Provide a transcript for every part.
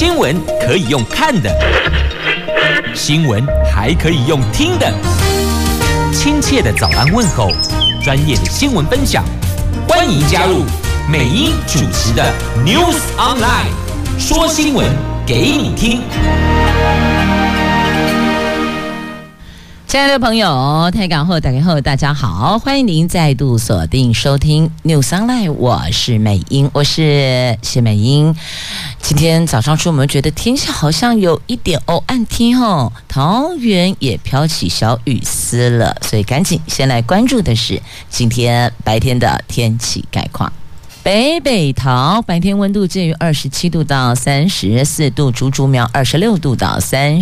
新闻可以用看的，新闻还可以用听的。亲切的早安问候，专业的新闻分享，欢迎加入美英主持的 News Online， 说新闻给你听。 亲爱的朋友，台港后打开后，大家好，欢迎您再度锁定收听 News Online， 我是美英，我是谢美英。今天早上出门觉得天气好像有一点暗天哦，桃园也飘起小雨丝了，所以赶紧先来关注的是今天白天的天气概况。北桃白天温度介于27度到34度，竹竹苗26度到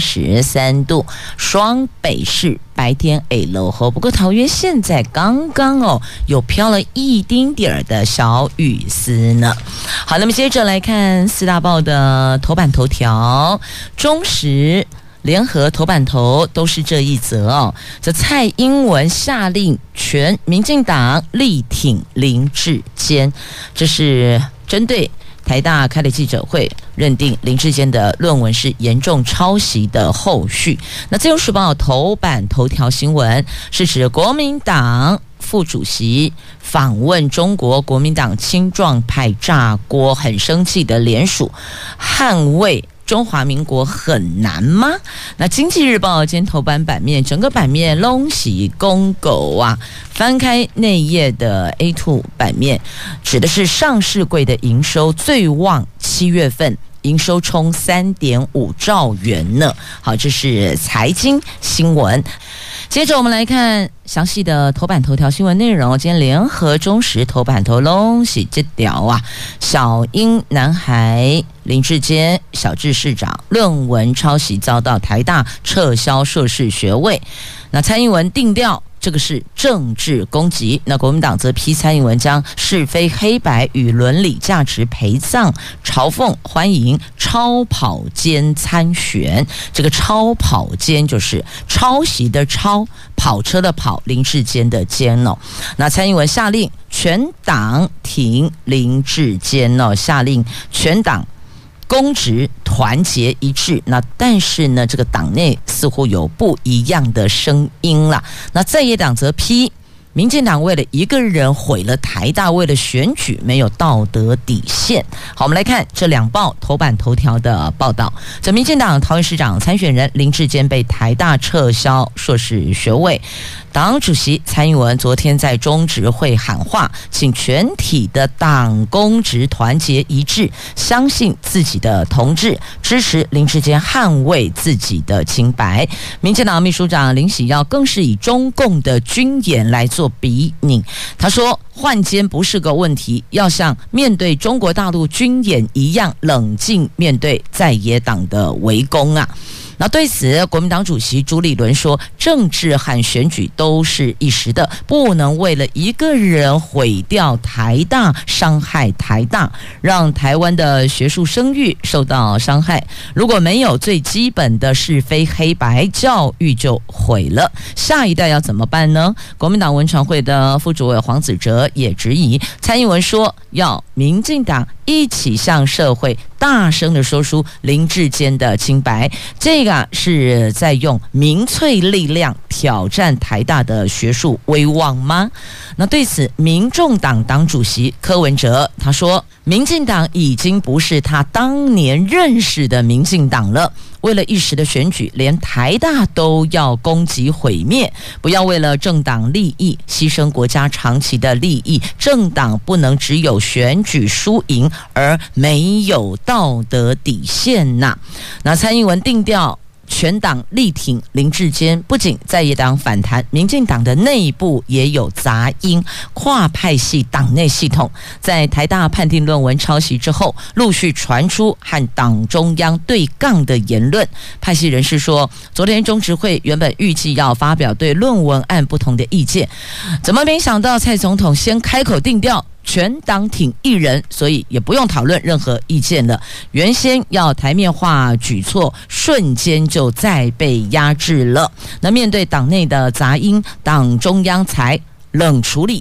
33度，双北市白天落雨，不过桃园现在刚刚有飘了一丁点儿的小雨丝呢。好，那么接着来看四大报的头版头条，中时联合头版头都是这一则这蔡英文下令全民进党力挺林智坚，这是针对台大开的记者会，认定林智坚的论文是严重抄袭的后续。那自由时报头版头条新闻是指国民党副主席访问中国，国民党青壮派炸锅，很生气的联署捍卫中华民国很难吗？那经济日报今天头版版面，整个版面拢是公狗啊！翻开内页的 A2 版面，指的是上市柜的营收最旺，7月份营收冲 3.5 兆元呢。好，这是财经新闻。接着我们来看详细的头版头条新闻内容。今天联合中时头版头拢是这条啊，小英男孩林智坚小智市长论文抄袭遭到台大撤销硕士学位，那蔡英文定调这个是政治攻击，那国民党则批蔡英文将是非黑白与伦理价值陪葬，嘲讽欢迎超跑监参选。这个超跑监就是抄袭的抄，跑车的跑，林智坚的坚哦。那蔡英文下令全党挺林智坚哦，下令全党公职团结一致。那但是呢，这个党内似乎有不一样的声音啦。那在野党则批民进党为了一个人毁了台大，为了选举没有道德底线。好，我们来看这两报头版头条的报道。这民进党桃园市长参选人林智坚被台大撤销硕士学位，党主席蔡英文昨天在中执会喊话，请全体的党公职团结一致，相信自己的同志，支持林智坚捍卫自己的清白。民进党秘书长林喜耀更是以中共的军演来做比拟，他说换监不是个问题，要像面对中国大陆军演一样冷静面对在野党的围攻啊。那对此，国民党主席朱立伦说，政治和选举都是一时的，不能为了一个人毁掉台大，伤害台大，让台湾的学术声誉受到伤害。如果没有最基本的是非黑白，教育就毁了，下一代要怎么办呢？国民党文传会的副主委黄子哲也质疑，蔡英文说要民进党一起向社会大声的说出林智坚的清白，这个是在用民粹力量挑战台大的学术威望吗？那对此，民众党党主席柯文哲他说，民进党已经不是他当年认识的民进党了，为了一时的选举，连台大都要攻击毁灭，不要为了政党利益牺牲国家长期的利益，政党不能只有选举输赢而没有道德底线呐。那蔡英文定调全党力挺林智坚，不仅在野党反弹，民进党的内部也有杂音。跨派系党内系统在台大判定论文抄袭之后，陆续传出和党中央对杠的言论。派系人士说，昨天中执会原本预计要发表对论文案不同的意见，怎么没想到蔡总统先开口定调全党挺一人，所以也不用讨论任何意见了。原先要台面化举措，瞬间就再被压制了。那面对党内的杂音，党中央才冷处理。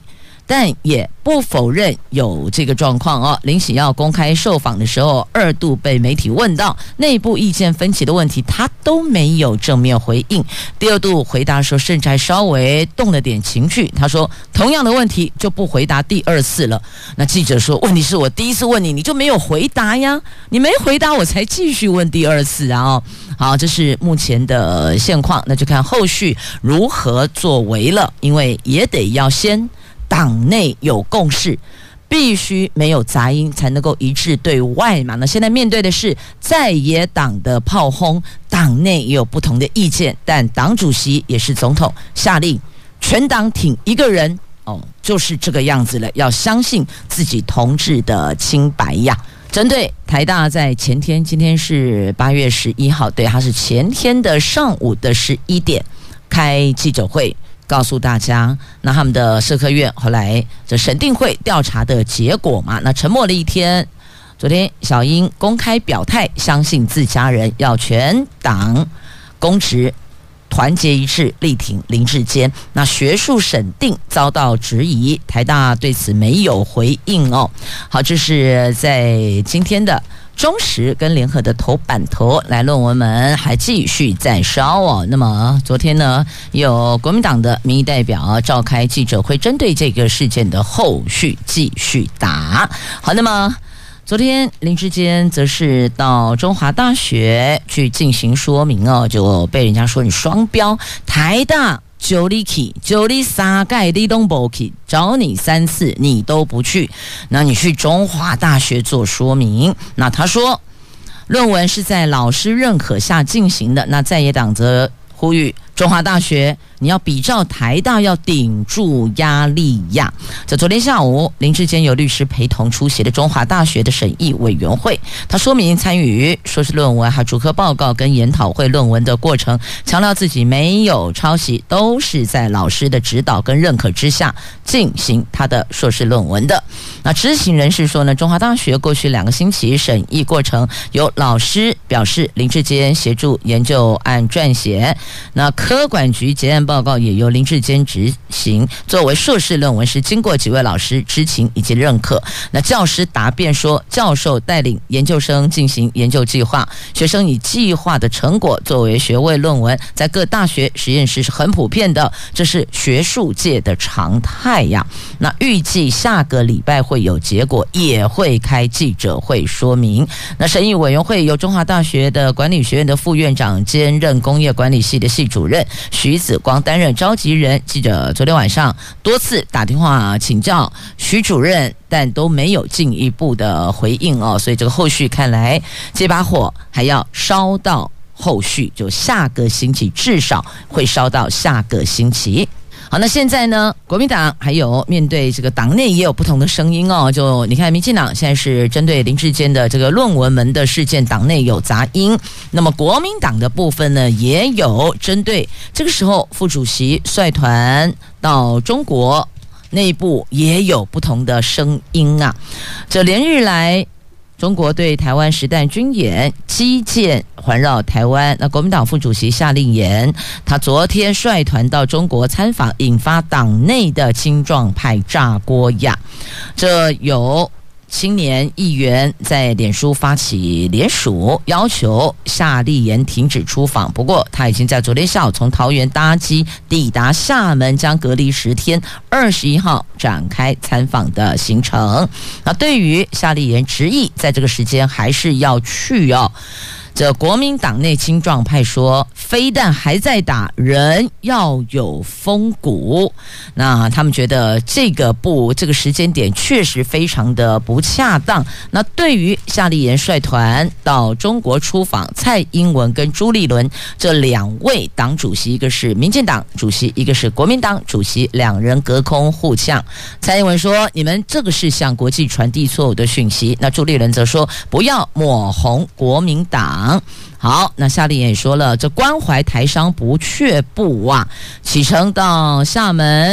但也不否认有这个状况哦。林喜耀公开受访的时候，2度被媒体问到内部意见分歧的问题，他都没有正面回应。第2度回答说，甚至还稍微动了点情绪。他说，同样的问题就不回答第2次了。那记者说，问题是我第1次问你，你就没有回答呀？你没回答，我才继续问第2次啊！哦，好，这是目前的现况，那就看后续如何作为了，因为也得要先党内有共识，必须没有杂音才能够一致对外嘛。那现在面对的是在野党的炮轰，党内也有不同的意见，但党主席也是总统下令全党挺一个人哦，就是这个样子了，要相信自己同志的清白呀。针对台大在前天，今天是8月11号，对，它是前天的上午的11点开记者会，告诉大家，那他们的社科院后来这审定会调查的结果嘛，那沉默了1天。昨天小英公开表态，相信自家人，要全党公职团结一致，力挺林智坚。那学术审定遭到质疑，台大对此没有回应哦。好，这是在今天的中时跟联合的头版头，来论文们还继续在烧哦。那么昨天呢，有国民党的民意代表召开记者会，针对这个事件的后续继续打。好，那么昨天林智坚则是到中华大学去进行说明哦，就被人家说你双标，台大就你去，就你3届你都不去，找你3次你都不去，那你去中华大学做说明。那他说论文是在老师认可下进行的，那在野党则呼吁中华大学你要比照台大，要顶住压力呀。在昨天下午，林智坚由律师陪同出席的中华大学的审议委员会，他说明参与硕士论文还主科报告跟研讨会论文的过程，强调自己没有抄袭，都是在老师的指导跟认可之下进行他的硕士论文的。那知情人士说呢，中华大学过去2个星期审议过程，有老师表示林智坚协助研究案撰写，那科管局结案报告也由林智坚执行，作为硕士论文时经过几位老师知情以及认可。那教师答辩说，教授带领研究生进行研究计划，学生以计划的成果作为学位论文，在各大学实验室是很普遍的，这是学术界的常态呀。那预计下个礼拜会有结果，也会开记者会说明。那审议委员会由中华大学的管理学院的副院长兼任工业管理系的系主任徐子光担任召集人。记者昨天晚上多次打电话请教徐主任，但都没有进一步的回应哦，所以这个后续看来这把火还要烧到后续，就下个星期，至少会烧到下个星期。好，那现在呢，国民党还有面对这个党内也有不同的声音哦。就你看，民进党现在是针对林智坚的这个论文门的事件，党内有杂音。那么国民党的部分呢，也有针对这个时候副主席率团到中国，内部也有不同的声音啊。这连日来，中国对台湾实弹军演基建环绕台湾，那国民党副主席夏立言，他昨天率团到中国参访，引发党内的青壮派炸锅呀。这有青年议员在脸书发起联署，要求夏立言停止出访。不过他已经在昨天下午从桃园搭机抵达厦门，将隔离10天，21号展开参访的行程。那对于夏立言执意在这个时间还是要去哦，这国民党内青壮派说，非但还在打，人要有风骨。那他们觉得这个时间点确实非常的不恰当。那对于夏立言率团到中国出访，蔡英文跟朱立伦这2位党主席，一个是民进党主席，一个是国民党主席，2人隔空互呛。蔡英文说，你们这个是向国际传递错误的讯息。那朱立伦则说，不要抹红国民党。好，那夏立言也说了，这关怀台商不却步啊，启程到厦门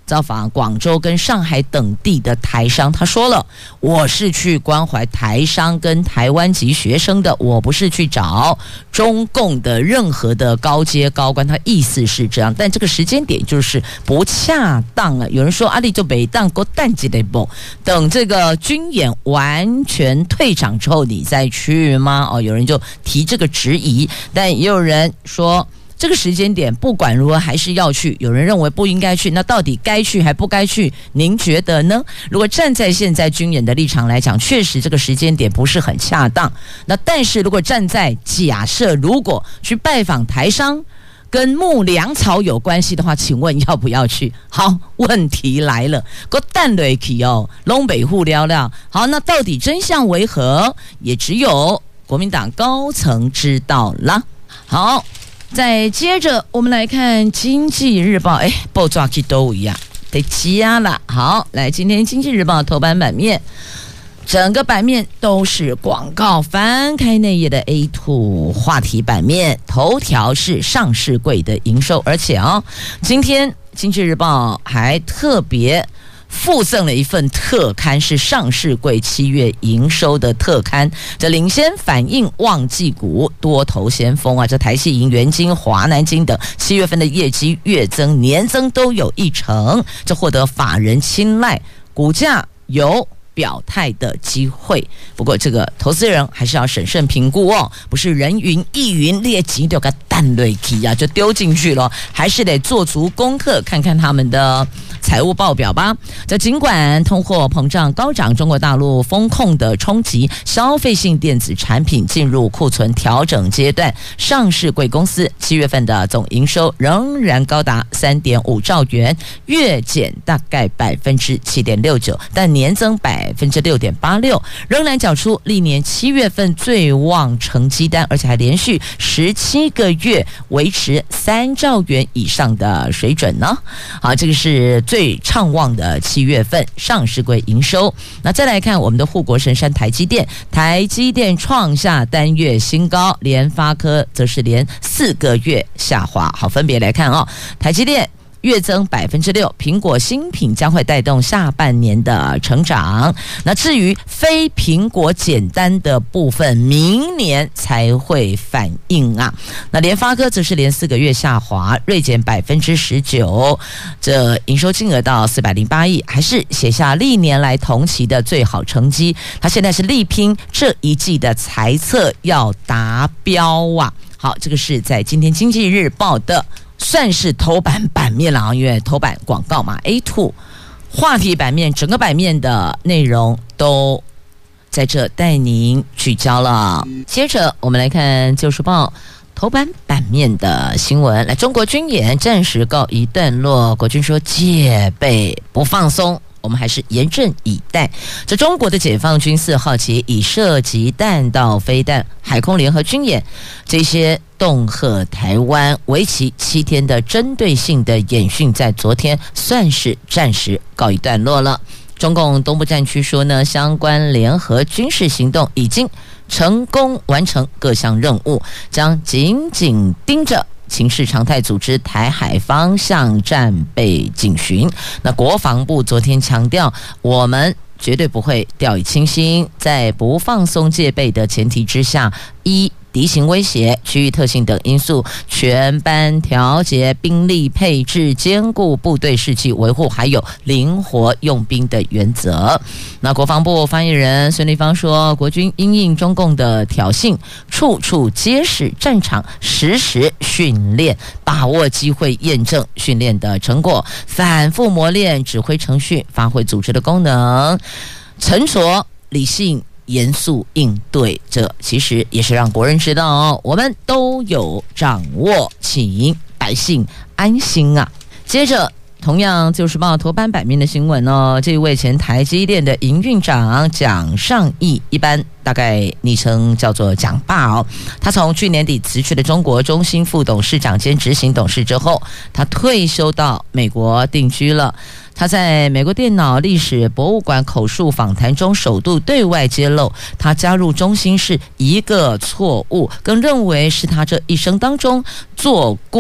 造访广州跟上海等地的台商，他说了，我是去关怀台商跟台湾籍学生的，我不是去找中共的任何的高阶高官，他意思是这样，但这个时间点就是不恰当了。有人说阿里就北当国淡季的不等这个军演完全退场之后你再去吗？有人就提这个质疑，但也有人说这个时间点不管如何还是要去，有人认为不应该去，那到底该去还不该去，您觉得呢？如果站在现在军演的立场来讲，确实这个时间点不是很恰当，那但是如果站在假设如果去拜访台商跟牧粮草有关系的话，请问要不要去？好，问题来了，个蛋雷起东北户聊聊。好，那到底真相为何？也只有国民党高层知道了。好，再接着我们来看《经济日报》，报抓起都一样，得加了。好，来，今天《经济日报》头版版面，整个版面都是广告。翻开内页的 A2 话题版面，头条是上市柜的营收，而且今天《经济日报》还特别附赠了一份特刊，是上市柜7月营收的特刊，这领先反映旺季股多头先锋这台系银、元晶、华南金等7月份的业绩月增年增都有1%，这获得法人青睐，股价有表态的机会。不过这个投资人还是要审慎评估不是人云亦云列级就给蛋类体就丢进去了，还是得做足功课，看看他们的财务报表吧。这尽管通货膨胀高涨，中国大陆风控的冲击，消费性电子产品进入库存调整阶段，上市柜公司7月份的总营收仍然高达 3.5 兆元，月减大概 7.69%， 但年增 6.86%， 仍然缴出历年7月份最旺成绩单，而且还连续17个月维持3兆元以上的水准呢。好，这个是最畅旺的7月份上市柜营收。那再来看我们的护国神山台积电，台积电创下单月新高，联发科则是连4个月下滑。好，分别来看台积电月增 6%， 苹果新品将会带动下半年的成长。那至于非苹果简单的部分，明年才会反映那联发科则是连4个月下滑，锐减 19%， 这营收金额到408亿，还是写下历年来同期的最好成绩。它现在是力拼这一季的财测要达标好，这个是在今天经济日报的算是头版版面了因为头版广告嘛。 A2 话题版面，整个版面的内容都在这带您聚焦了。接着我们来看《旧时报》头版版面的新闻。来，中国军演暂时告一段落，国军说戒备不放松，我们还是严阵以待。这中国的解放军4号起以射击弹道飞弹、海空联合军演这些恫吓台湾为期7天的针对性的演训，在昨天算是暂时告一段落了。中共东部战区说呢，相关联合军事行动已经成功完成各项任务，将紧紧盯着情势常态组织台海方向战备警巡。那国防部昨天强调，我们绝对不会掉以轻心，在不放松戒备的前提之下，敌情威胁、区域特性等因素，全班调节兵力配置，兼顾部队士气维护，还有灵活用兵的原则。那国防部发言人孙立方说，国军因应中共的挑衅，处处皆是战场，实时训练，把握机会验证训练的成果，反复磨练指挥程序，发挥组织的功能，沉着理性严肃应对，这其实也是让国人知道我们都有掌握，请百姓安心接着同样《旧时报》头版版面的新闻这位前台积电的营运长蒋尚义，一般大概昵称叫做蒋爸他从去年底辞去了中国中心副董事长兼执行董事之后，他退休到美国定居了。他在美国电脑历史博物馆口述访谈中首度对外揭露，他加入中心是一个错误，更认为是他这一生当中做过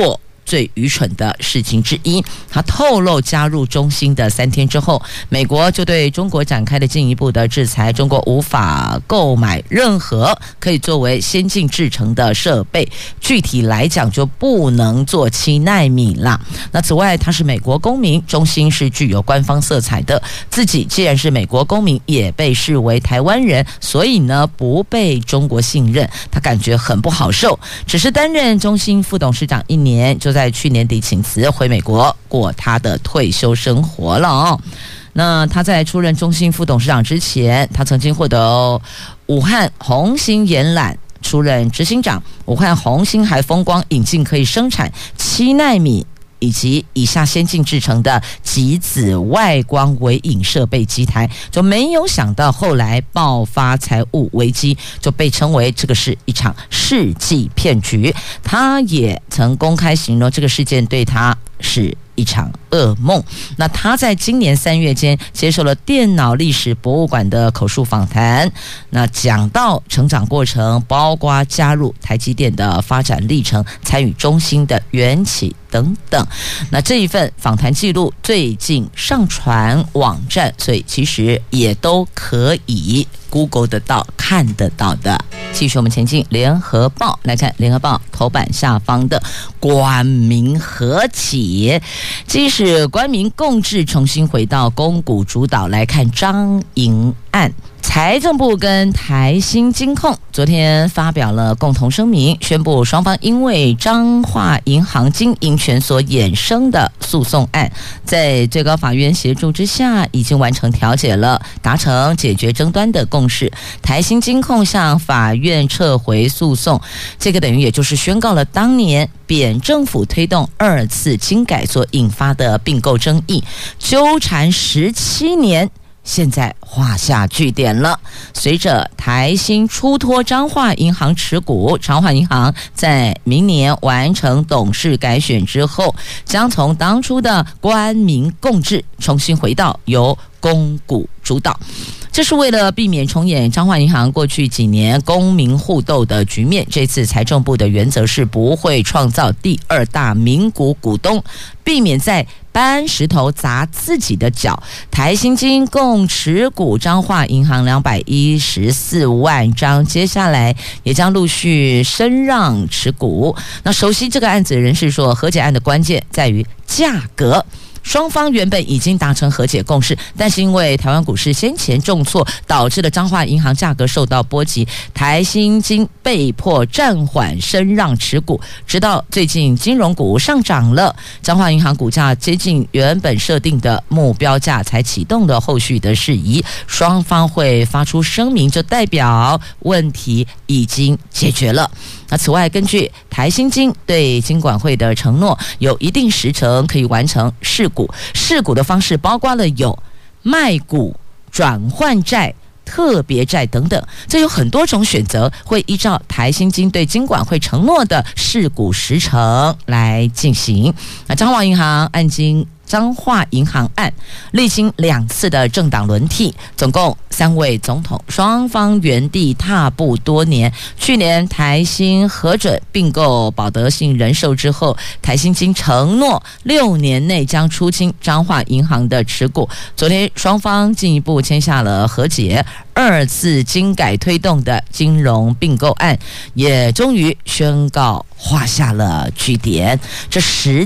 最愚蠢的事情之一。他透露，加入中兴的3天之后，美国就对中国展开了进一步的制裁，中国无法购买任何可以作为先进制程的设备，具体来讲就不能做7奈米啦。那此外，他是美国公民，中兴是具有官方色彩的，自己既然是美国公民，也被视为台湾人，所以呢不被中国信任，他感觉很不好受。只是担任中兴副董事长1年，就在去年底请辞回美国过他的退休生活了哦。那他在出任中兴副董事长之前，他曾经获得武汉红星延揽出任执行长，武汉红星还风光引进可以生产7奈米以及以下先进制成的极紫外光微影设备机台，就没有想到后来爆发财务危机，就被称为这个是一场世纪骗局。他也曾公开形容这个事件对他是一场噩梦。那他在今年3月间接受了电脑历史博物馆的口述访谈，那讲到成长过程，包括加入台积电的发展历程，参与中兴的缘起等等。那这一份访谈记录最近上传网站，所以其实也都可以 Google 得到看得到的。继续我们前进，联合报来看，联合报头版下方的官民合起，即使官民共治重新回到公股主导。来看张营案，财政部跟台新金控昨天发表了共同声明，宣布双方因为彰化银行经营权所衍生的诉讼案，在最高法院协助之下已经完成调解了，达成解决争端的共识。台新金控向法院撤回诉讼，这个等于也就是宣告了当年扁政府推动2次金改所引发的并购争议，纠缠17年。现在画下句点了。随着台新出脱彰化银行持股，彰化银行在明年完成董事改选之后，将从当初的官民共治重新回到由公股主导。这是为了避免重演彰化银行过去几年公民互斗的局面，这次财政部的原则是不会创造第2大民股股东，避免在搬石头砸自己的脚。台新金共持股彰化银行214万张，接下来也将陆续升让持股。那熟悉这个案子的人士说，和解案的关键在于价格。双方原本已经达成和解共识，但是因为台湾股市先前重挫，导致了彰化银行价格受到波及，台新金被迫暂缓升让持股，直到最近金融股上涨了，彰化银行股价接近原本设定的目标价，才启动了后续的事宜。双方会发出声明，就代表问题已经解决了。那此外，根据台新金对金管会的承诺，有一定时程可以完成释股。释股的方式包括了有卖股、转换债、特别债等等，这有很多种选择，会依照台新金对金管会承诺的释股时程来进行。那彰化银行案经彰化银行案历经2次的政党轮替，总共3位总统，双方原地踏步多年。去年台新核准并购保德信人寿之后，台新金承诺6年内将出清彰化银行的持股。昨天双方进一步签下了和解，2次金改推动的金融并购案也终于宣告画下了句点。这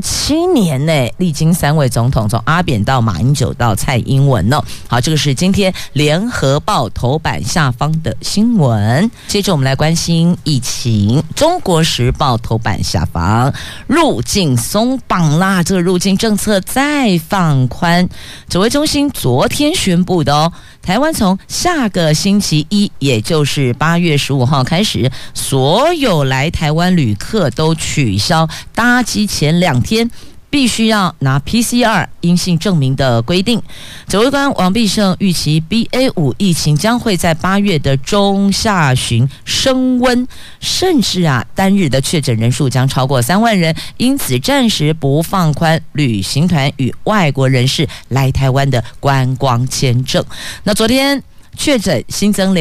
17年内历经3位总统，从阿扁到马英九到蔡英文哦。好，这个是今天联合报头版下方的新闻。接着我们来关心疫情，中国时报头版下方，入境松绑啦，这个入境政策再放宽。指挥中心昨天宣布的哦，台湾从下个星期1，也就是8月15号开始，所有来台湾旅客都取消搭机前2天必须要拿 PCR 阴性证明的规定。指挥官王必胜预期 BA.5 疫情将会在8月的中下旬升温，甚至单日的确诊人数将超过3万人，因此暂时不放宽旅行团与外国人士来台湾的观光签证。那昨天确诊新增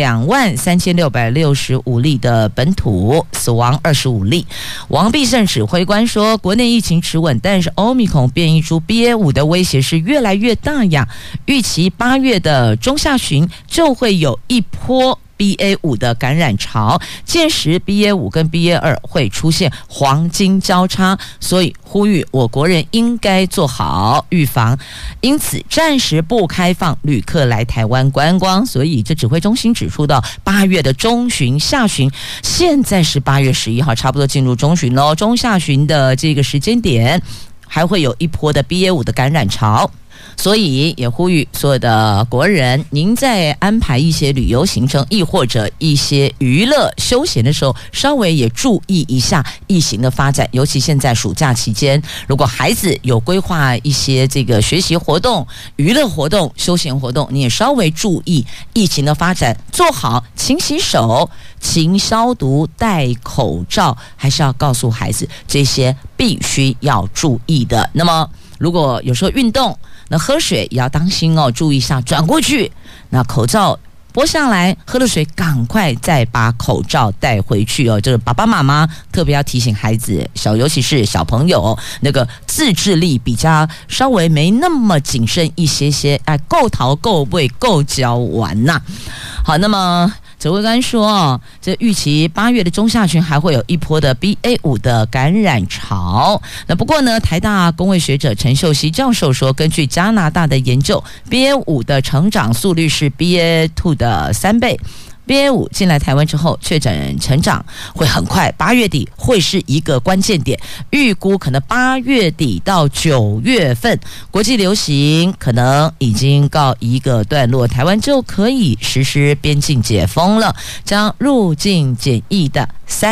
23665例的本土，死亡25例。王必胜指挥官说，国内疫情持稳，但是欧米孔变异株 BA.5 的威胁是越来越大呀。预期8月的中下旬就会有一波BA.5 的感染潮，届时 BA.5 跟 BA.2 会出现黄金交叉，所以呼吁我国人应该做好预防，因此暂时不开放旅客来台湾观光。所以这指挥中心指出到8月的中旬下旬，现在是8月11号，差不多进入中旬咯，中下旬的这个时间点还会有一波的 BA.5 的感染潮。所以也呼吁所有的国人，您在安排一些旅游行程，亦或者一些娱乐休闲的时候，稍微也注意一下疫情的发展。尤其现在暑假期间，如果孩子有规划一些这个学习活动、娱乐活动、休闲活动，你也稍微注意疫情的发展，做好勤洗手、勤消毒、戴口罩，还是要告诉孩子这些必须要注意的。那么如果有时候运动，那喝水也要当心哦，注意一下转过去，那口罩拨下来，喝了水赶快再把口罩带回去哦。这个爸爸妈妈特别要提醒孩子，尤其是小朋友，那个自制力比较稍微没那么谨慎一些些，够淘够味够教玩呐。好，那么指挥官说，这预期8月的中下旬还会有一波的 BA.5 的感染潮。那不过呢，台大公卫学者陈秀熙教授说，根据加拿大的研究， BA.5 的成长速率是 BA.2 的3倍。BA.5 进来台湾之后，确诊成长会很快，8月底会是一个关键点，预估可能8月底到9月份，国际流行可能已经告一个段落，台湾就可以实施边境解封了，将入境检疫的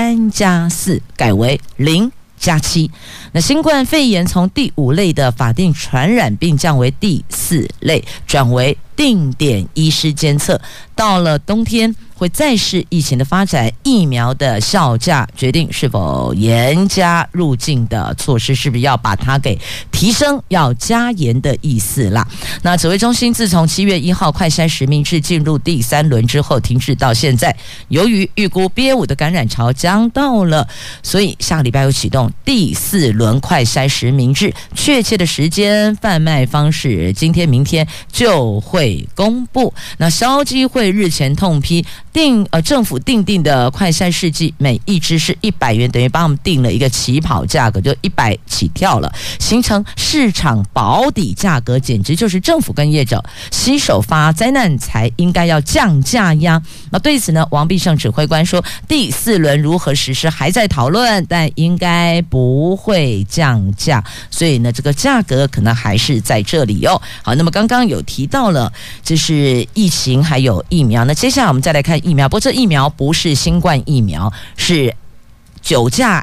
3+4改为0+7。那新冠肺炎从第5类的法定传染病降为第4类，转为定点医师监测。到了冬天会再视疫情的发展、疫苗的效价，决定是否严加入境的措施，是不是要把它给提升，要加严的意思啦。那指挥中心自从7月1号快筛实名制进入第3轮之后停滞到现在，由于预估 BA.5 的感染潮将到了，所以下个礼拜又启动第4轮快筛实名制，确切的时间、贩卖方式，今天明天就会公布。那消基会日前痛批政府定的快筛试剂每一支是100元，等于帮我们定了一个起跑价格，就100起跳了，形成市场保底价格，简直就是政府跟业者携手发灾难才应该要降价呀。那对此呢，王必胜指挥官说，第4轮如何实施还在讨论，但应该不会降价，所以呢，这个价格可能还是在这里哦。好，那么刚刚有提到了，就是疫情还有疫苗，那接下来我们再来看疫苗，不过这疫苗不是新冠疫苗，是9价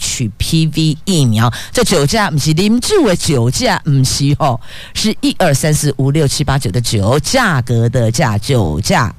HPV 疫苗。这9价不是啉酒的9价，不是哦，是1、2、3、4、5、6、7、8、9的9，价格的价，9价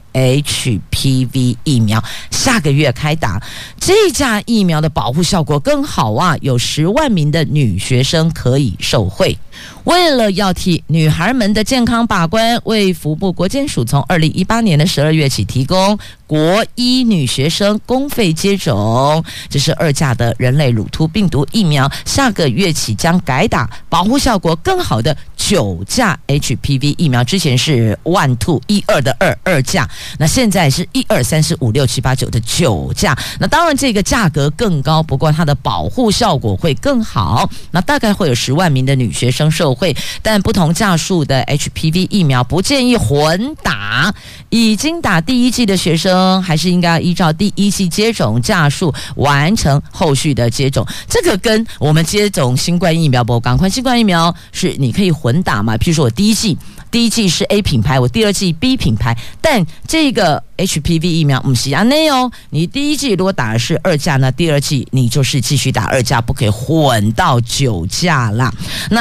HPV 疫苗下个月开打，这价疫苗的保护效果更好啊，有10万名的女学生可以受惠。为了要替女孩们的健康把关，卫福部国健署从2018年的12月起提供国一女学生公费接种，这是2价的人类乳突病毒疫苗，下个月起将改打保护效果更好的9价 HPV 疫苗，之前是1、2、1、2的2价，那现在是1、2、3、4、5、6、7、8、9的9价。那当然这个价格更高，不过它的保护效果会更好，那大概会有10万名的女学生受惠，但不同价数的 HPV 疫苗不建议混打，已经打第1剂的学生还是应该依照第1剂接种价数完成后续的接种。这个跟我们接种新冠疫苗不赶快，新冠疫苗是你可以混打嘛，譬如说我第一剂是 A 品牌，我第2剂 B 品牌，但这个 HPV 疫苗不是这样哦，你第1剂如果打的是2价，那第2剂你就是继续打2价，不可以混到9价啦。那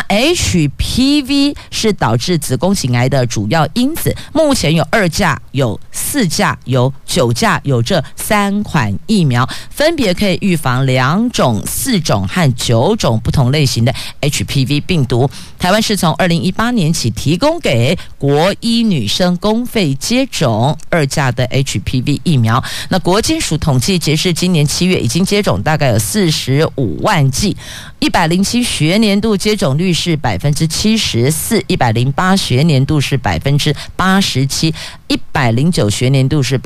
HPV 是导致子宫颈癌的主要因子，目前有2价、有4价、有9价，有这3款疫苗，分别可以预防2种、4种和9种不同类型的 HPV 病毒。台湾是从2018年起提供给给国一女生公费接种2价的 HPV 疫苗。那国健署统计，截至今年7月，已经接种大概有45万剂。107学年度接种率是74%，108学年度是87%，109学年度是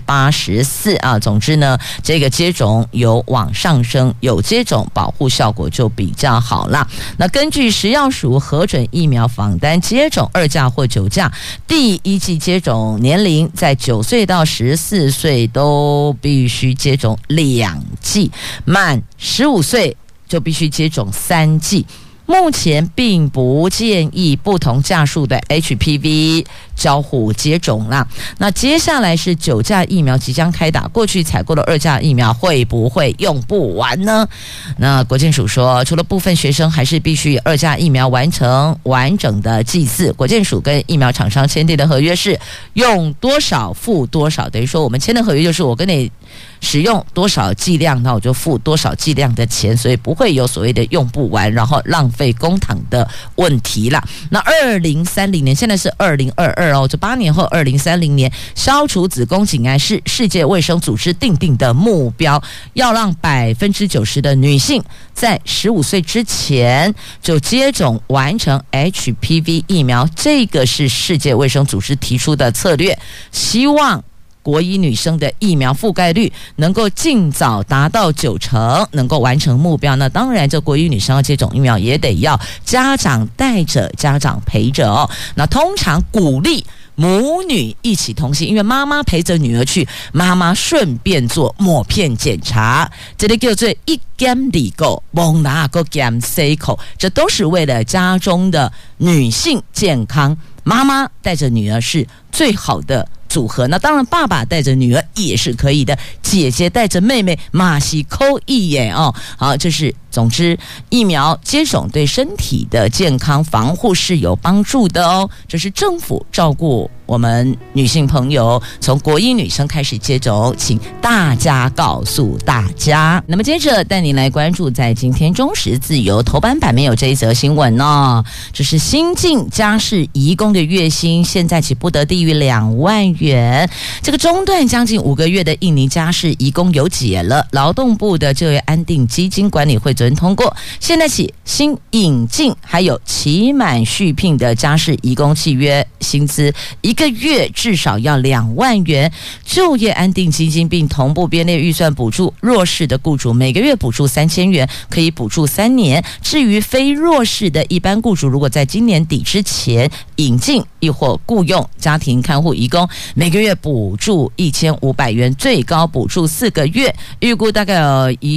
84%啊。总之呢，这个接种有往上升，有接种保护效果就比较好啦。那根据食药署核准疫苗访单，接种2价或9价，第1剂接种年龄在9岁到14岁都必须接种2剂，满15岁就必须接种3剂。目前并不建议不同价数的 HPV 交互接种啦。那接下来是9价疫苗即将开打，过去采购的2价疫苗会不会用不完呢？那国健署说，除了部分学生还是必须2价疫苗完成完整的剂次，国健署跟疫苗厂商签订的合约是用多少付多少，等于说我们签的合约就是我跟你使用多少剂量，那我就付多少剂量的钱，所以不会有所谓的用不完然后浪费公帑的问题啦。那2030年，现在是2022哦，这8年后2030年，消除子宫颈癌是世界卫生组织订定的目标，要让90%的女性在15岁之前就接种完成 HPV 疫苗，这个是世界卫生组织提出的策略，希望国一女生的疫苗覆盖率能够尽早达到90%，能够完成目标。那当然，这国一女生要接种疫苗，也得要家长带着、家长陪着哦。那通常鼓励母女一起同行，因为妈妈陪着女儿去，妈妈顺便做抹片检查，这里叫做一检二顾，蒙哪个检4口，这都是为了家中的女性健康。妈妈带着女儿是最好的组合，那当然爸爸带着女儿也是可以的，姐姐带着妹妹马西扣一眼哦。好，这是总之疫苗接种对身体的健康防护是有帮助的哦。这是政府照顾我们女性朋友，从国一女生开始接种，请大家告诉大家。那么接着带您来关注在今天中时自由头版版面有这一则新闻哦，这是新进家事移工的月薪现在起不得低于2万元，这个中断将近5个月的印尼家事移工有解了，劳动部的就业安定基金管理会昨天通过，现在起新引进还有期满续聘的家事移工契约薪资1个月至少要2万元，就业安定基金并同步编列预算补助弱势的雇主，每个月补助3000元，可以补助3年。至于非弱势的一般雇主，如果在今年底之前引进亦或雇用家庭看护移工，每个月补助1500元，最高补助4个月，预估大概有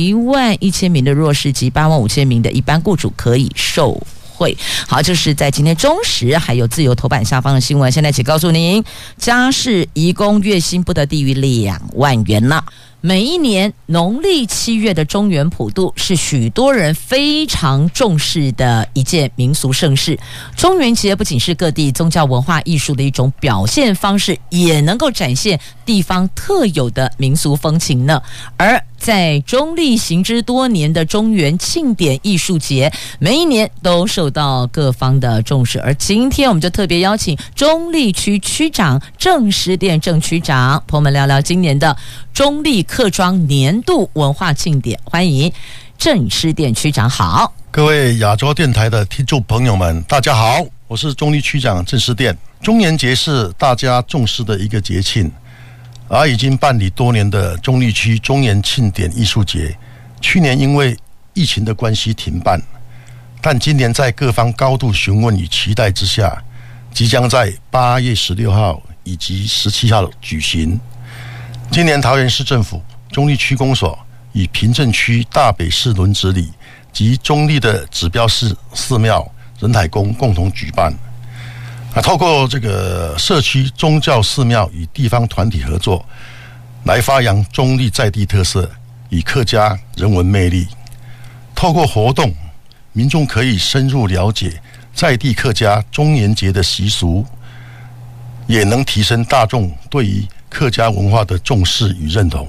11000名的弱势及85000名的一般雇主可以受惠。好，就是在今天中时还有自由头版下方的新闻，现在请告诉您，家事移工月薪不得低于2万元了。每一年农历7月的中元普渡是许多人非常重视的一件民俗盛事。中元节不仅是各地宗教文化艺术的一种表现方式，也能够展现地方特有的民俗风情呢。而在中历行之多年的中元庆典艺术节，每一年都受到各方的重视。而今天我们就特别邀请中历区区长郑诗殿郑区长，朋友们聊聊今年的中历客庄年度文化庆典。欢迎郑诗殿区长。好， 各位亚洲电台的听众朋友们，大家好，我是中历区长郑诗殿。中元节是大家重视的一个节庆，而已经办理多年的中历区中元庆典艺术节，去年因为疫情的关系停办，但今年在各方高度询问与期待之下，即将在8月16号以及17号举行。今年桃园市政府中历区公所与平镇区大北市轮值里及中历的指标寺庙仁海宫共同举办。透过这个社区宗教寺庙与地方团体合作，来发扬中历在地特色与客家人文魅力。透过活动，民众可以深入了解在地客家中元节的习俗，也能提升大众对于客家文化的重视与认同。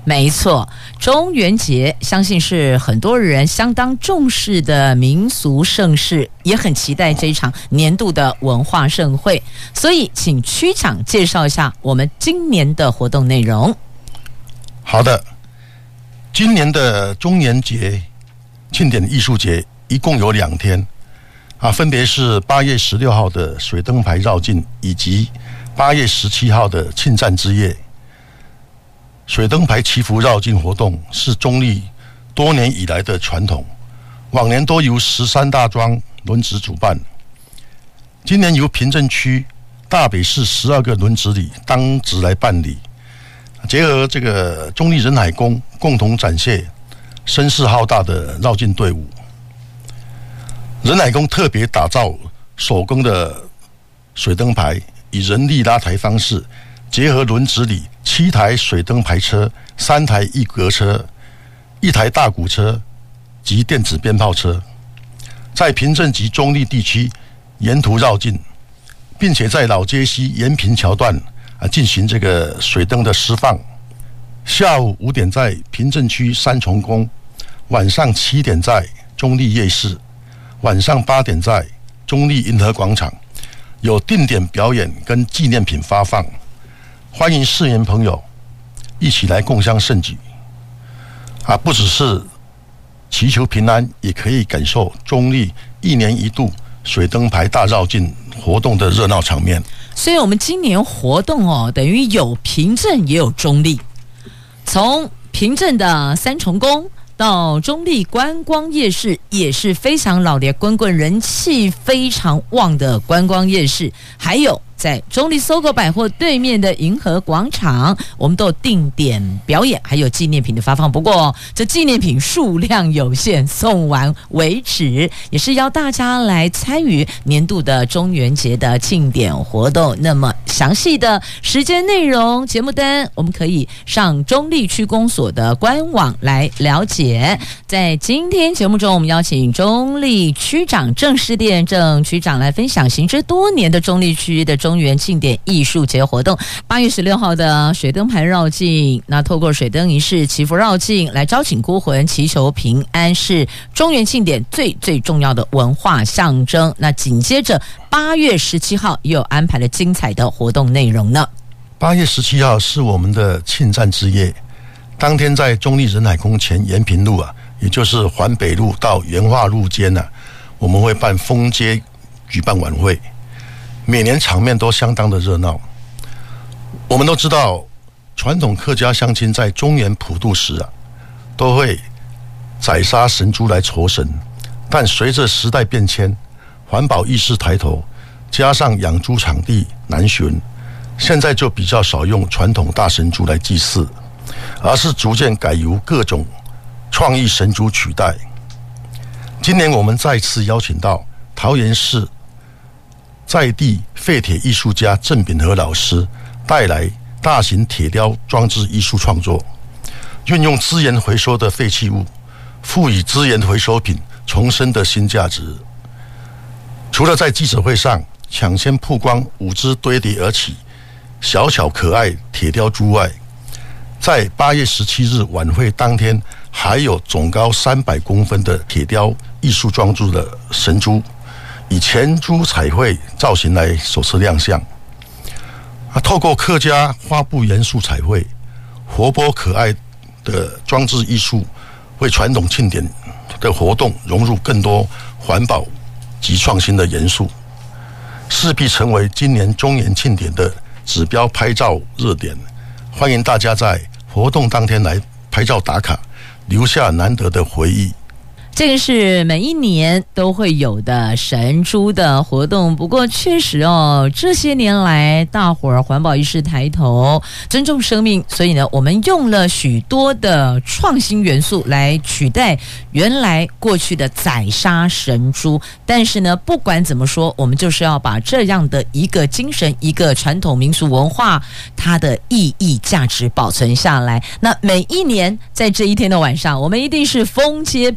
没错，中元节相信是很多人相当重视的民俗盛事，也很期待这一场年度的文化盛会。所以，请区长介绍一下我们今年的活动内容。 好的，今年的中元节庆典艺术节一共有2天，分别是8月16号的水灯牌绕境，以及8月17号的庆赞之夜。水灯牌祈福绕境活动是中立多年以来的传统，往年都由13大庄轮值主办，今年由平镇区大北市12个轮值里当值来办理，结合这个中立人海宫，共同展现声势浩大的绕境队伍。人海宫特别打造手工的水灯牌，以人力拉抬方式，结合轮值里7台水灯牌车、3台一格车、1台大鼓车及电子鞭炮车，在平镇及中立地区沿途绕境，并且在老街溪延平桥段进行这个水灯的释放。下午5点在平镇区三重宫，晚上7点在中立夜市，晚上8点在中立银河广场，有定点表演跟纪念品发放，欢迎市民朋友一起来共襄盛举。不只是祈求平安，也可以感受中立1年1度水灯牌大绕境活动的热闹场面。 所以我们今年活动等于有平镇也有中立，从平镇的三重宫到中立观光夜市，也是非常老爹滚滚人气非常旺的观光夜市，还有在中立搜狗百货对面的银河广场，我们都有定点表演，还有纪念品的发放。不过这纪念品数量有限，送完为止，也是要大家来参与年度的中元节的庆典活动。那么详细的时间内容、节目单，我们可以上中立区公所的官网来了解。在今天节目中，我们邀请中立区长郑士甸郑区长来分享行之多年的中立区的中元庆典艺术节活动。8月16号的水灯牌绕境，那透过水灯仪式祈福绕境来招请孤魂，祈求平安，是中元庆典最重要的文化象征。那紧接着8月17号也有安排了精彩的活动内容呢。 8月17号是我们的庆赞之夜，当天在中立人海宫前延平路也就是环北路到元化路间我们会办封街举办晚会，每年场面都相当的热闹。我们都知道，传统客家乡亲在中元普渡时都会宰杀神猪来酬神，但随着时代变迁，环保意识抬头，加上养猪场地难寻，现在就比较少用传统大神猪来祭祀，而是逐渐改由各种创意神猪取代。今年我们再次邀请到桃园市在地废铁艺术家郑秉和老师，带来大型铁雕装置艺术创作，运用资源回收的废弃物，赋予资源回收品重生的新价值。除了在记者会上抢先曝光5只堆叠而起小巧可爱铁雕猪外，在8月17日晚会当天，还有总高300公分的铁雕艺术装置的神猪，以前猪彩绘造型来首次亮相。透过客家花布元素彩绘，活泼可爱的装置艺术，为传统庆典的活动融入更多环保及创新的元素，势必成为今年中元庆典的指标拍照热点。欢迎大家在活动当天来拍照打卡，留下难得的回忆。 这个是每一年都会有的神猪的活动，不过确实这些年来大伙儿环保意识抬头，尊重生命，所以呢，我们用了许多的创新元素来取代原来过去的宰杀神猪。但是呢，不管怎么说，我们就是要把这样的一个精神、一个传统民俗文化，它的意义价值保存下来。那每一年在这一天的晚上，我们一定是封街扮演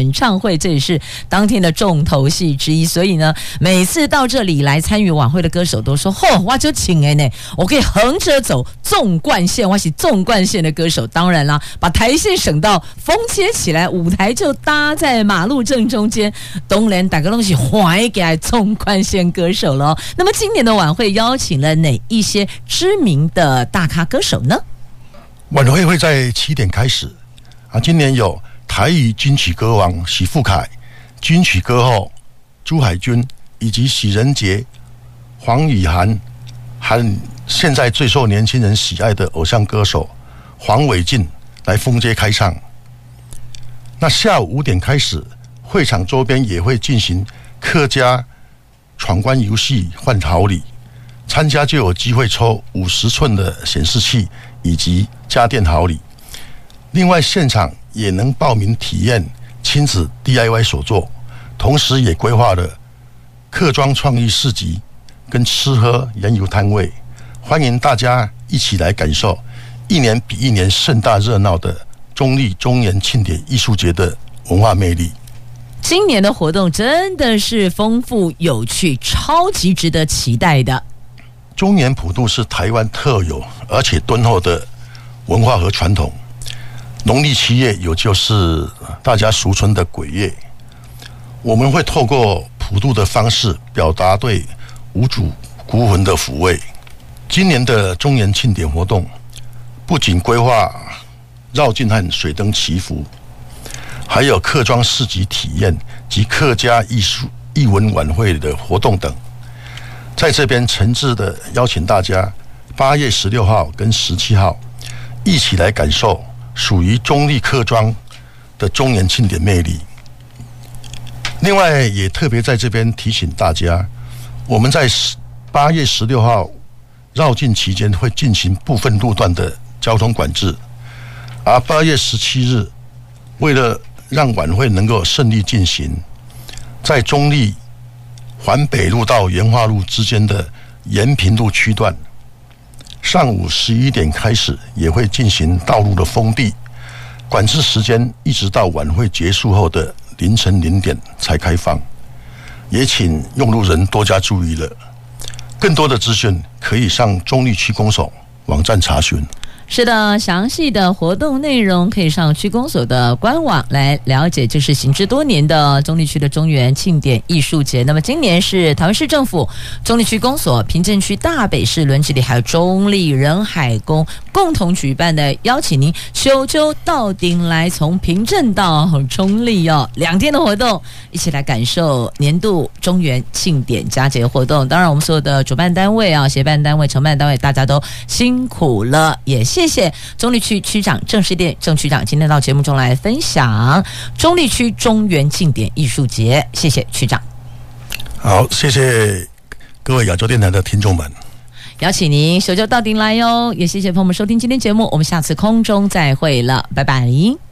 演唱会，这也是当天的重头戏之一。所以呢，每次到这里来参与晚会的歌手都说：“我就请呢，我可以横着走纵贯线，我是纵贯线的歌手。”当然啦，把台线省到封切起来，舞台就搭在马路正中间，当然大家都是怀给纵贯线歌手了。那么今年的晚会邀请了哪一些知名的大咖歌手呢？ 晚会会在7点开始今年有台语金曲歌王许富凯、金曲歌后朱海军以及许仁杰、黄宇涵，和现在最受年轻人喜爱的偶像歌手黄伟晋来封街开唱。那下午5点开始，会场周边也会进行客家闯关游戏换好礼，参加就有机会抽50寸的显示器以及家电好礼。另外现场也能报名体验亲子 DIY 手作，同时也规划了客庄创意市集跟吃喝研游摊位，欢迎大家一起来感受一年比一年盛大热闹的中立中原庆典艺术节的文化魅力。 今年的活动真的是丰富有趣，超级值得期待的。 中原普渡是台湾特有而且敦厚的文化和传统。农历7月有就是大家俗称的鬼月，我们会透过普渡的方式表达对无主孤魂的抚慰。今年的中原庆典活动不仅规划绕境和水灯祈福，还有客庄市集体验及客家艺术艺文晚会的活动等。在这边诚挚的邀请大家8月16号跟17号一起来感受属于中立客庄的中原庆典魅力。另外也特别在这边提醒大家，我们在8月16号绕境期间会进行部分路段的交通管制，而8月17日为了让晚会能够顺利进行，在中立环北路到元化路之间的延平路区段，上午11点开始也会进行道路的封闭，管制时间一直到晚会结束后的凌晨0点才开放，也请用路人多加注意了。更多的资讯可以上中立区公所网站查询。 是的，详细的活动内容可以上区公所的官网来了解。就是行之多年的中立区的中原庆典艺术节，那么今年是台湾市政府、中立区公所、平镇区大北市轮集里还有中立人海宫共同举办的，邀请您秋秋到顶来，从平镇到中立2天的活动，一起来感受年度中原庆典佳节活动。当然我们所有的主办单位协办单位、承办单位大家都辛苦了，也谢谢中立区区长郑世典郑区长今天到节目中来分享中立区中原庆典艺术节，谢谢区长。 好，谢谢各位亚洲电台的听众们， 邀请您手就到顶来哟，也谢谢朋友们收听今天节目，我们下次空中再会了，拜拜。